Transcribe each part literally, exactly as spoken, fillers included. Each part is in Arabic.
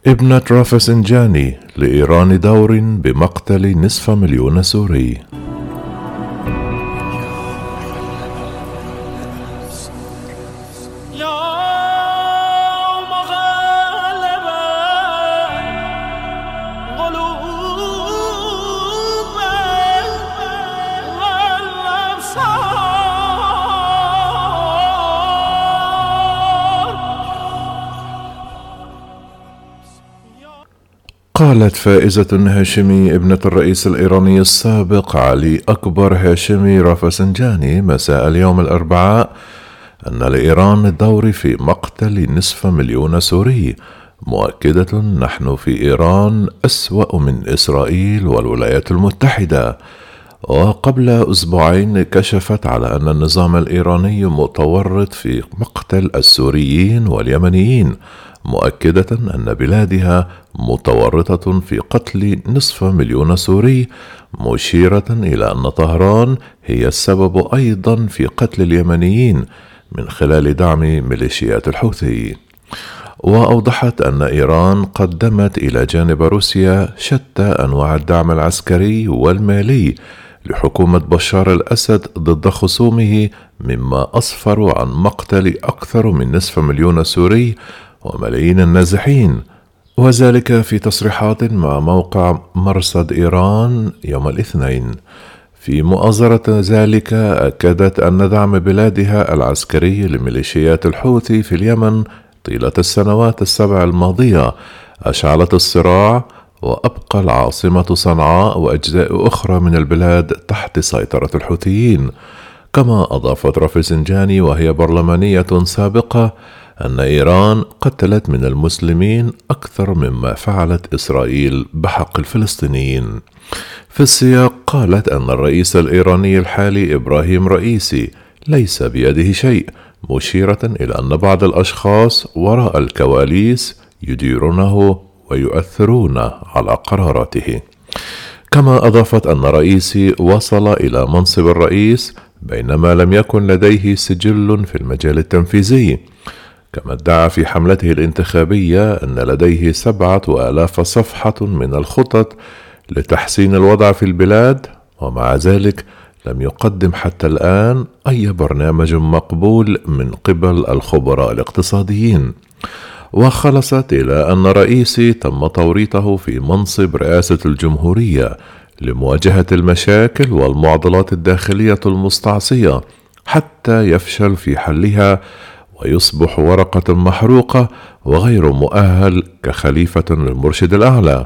ابنة رافسنجاني: لإيران دور بمقتل نصف مليون سوري. قالت فائزة هاشمي ابنة الرئيس الإيراني السابق علي أكبر هاشمي رافسنجاني مساء اليوم الأربعاء أن لإيران الدور في مقتل نصف مليون سوري، مؤكدة: نحن في إيران أسوأ من إسرائيل والولايات المتحدة. وقبل أسبوعين كشفت على أن النظام الإيراني متورط في مقتل السوريين واليمنيين، مؤكدة أن بلادها متورطة في قتل نصف مليون سوري، مشيرة إلى أن طهران هي السبب أيضا في قتل اليمنيين من خلال دعم ميليشيات الحوثي. وأوضحت أن إيران قدمت إلى جانب روسيا شتى أنواع الدعم العسكري والمالي لحكومة بشار الأسد ضد خصومه، مما أسفر عن مقتل أكثر من نصف مليون سوري وملايين النازحين، وذلك في تصريحات مع موقع مرصد إيران يوم الاثنين. في مؤازرة ذلك أكدت أن دعم بلادها العسكري لميليشيات الحوثي في اليمن طيلة السنوات السبع الماضية أشعلت الصراع، وأبقى العاصمة صنعاء وأجزاء أخرى من البلاد تحت سيطرة الحوثيين. كما أضافت رافسنجاني وهي برلمانية سابقة أن إيران قتلت من المسلمين أكثر مما فعلت إسرائيل بحق الفلسطينيين. في السياق قالت أن الرئيس الإيراني الحالي إبراهيم رئيسي ليس بيده شيء، مشيرة إلى أن بعض الأشخاص وراء الكواليس يديرونه ويؤثرون على قراراته. كما أضافت أن رئيسي وصل إلى منصب الرئيس بينما لم يكن لديه سجل في المجال التنفيذي. كما ادعى في حملته الانتخابية أن لديه سبعة آلاف صفحة من الخطط لتحسين الوضع في البلاد، ومع ذلك لم يقدم حتى الآن أي برنامج مقبول من قبل الخبراء الاقتصاديين. وخلصت إلى أن رئيسي تم توريطه في منصب رئاسة الجمهورية لمواجهة المشاكل والمعضلات الداخلية المستعصية حتى يفشل في حلها ويصبح ورقة محروقة وغير مؤهل كخليفة للمرشد الأعلى.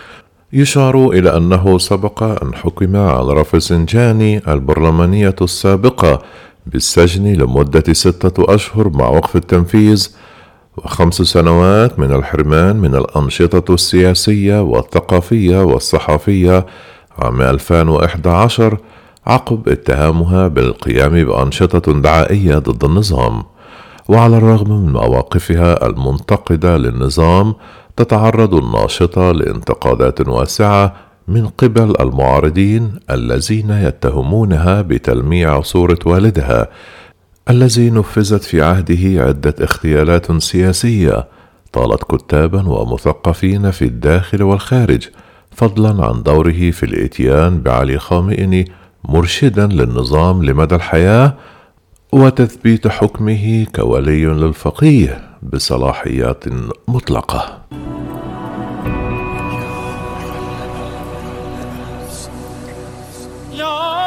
يشار إلى أنه سبق أن حكم على رافسنجاني البرلمانية السابقة بالسجن لمدة ستة أشهر مع وقف التنفيذ، وخمس سنوات من الحرمان من الأنشطة السياسية والثقافية والصحفية عام ألفين وإحدى عشر عقب اتهامها بالقيام بأنشطة دعائية ضد النظام. وعلى الرغم من مواقفها المنتقدة للنظام، تتعرض الناشطة لانتقادات واسعة من قبل المعارضين الذين يتهمونها بتلميع صورة والدها الذي نفذت في عهده عدة اغتيالات سياسية طالت كتابا ومثقفين في الداخل والخارج، فضلا عن دوره في الإتيان بعلي خامنئي مرشدا للنظام لمدى الحياة وتثبيت حكمه كولي للفقيه بصلاحيات مطلقة. يا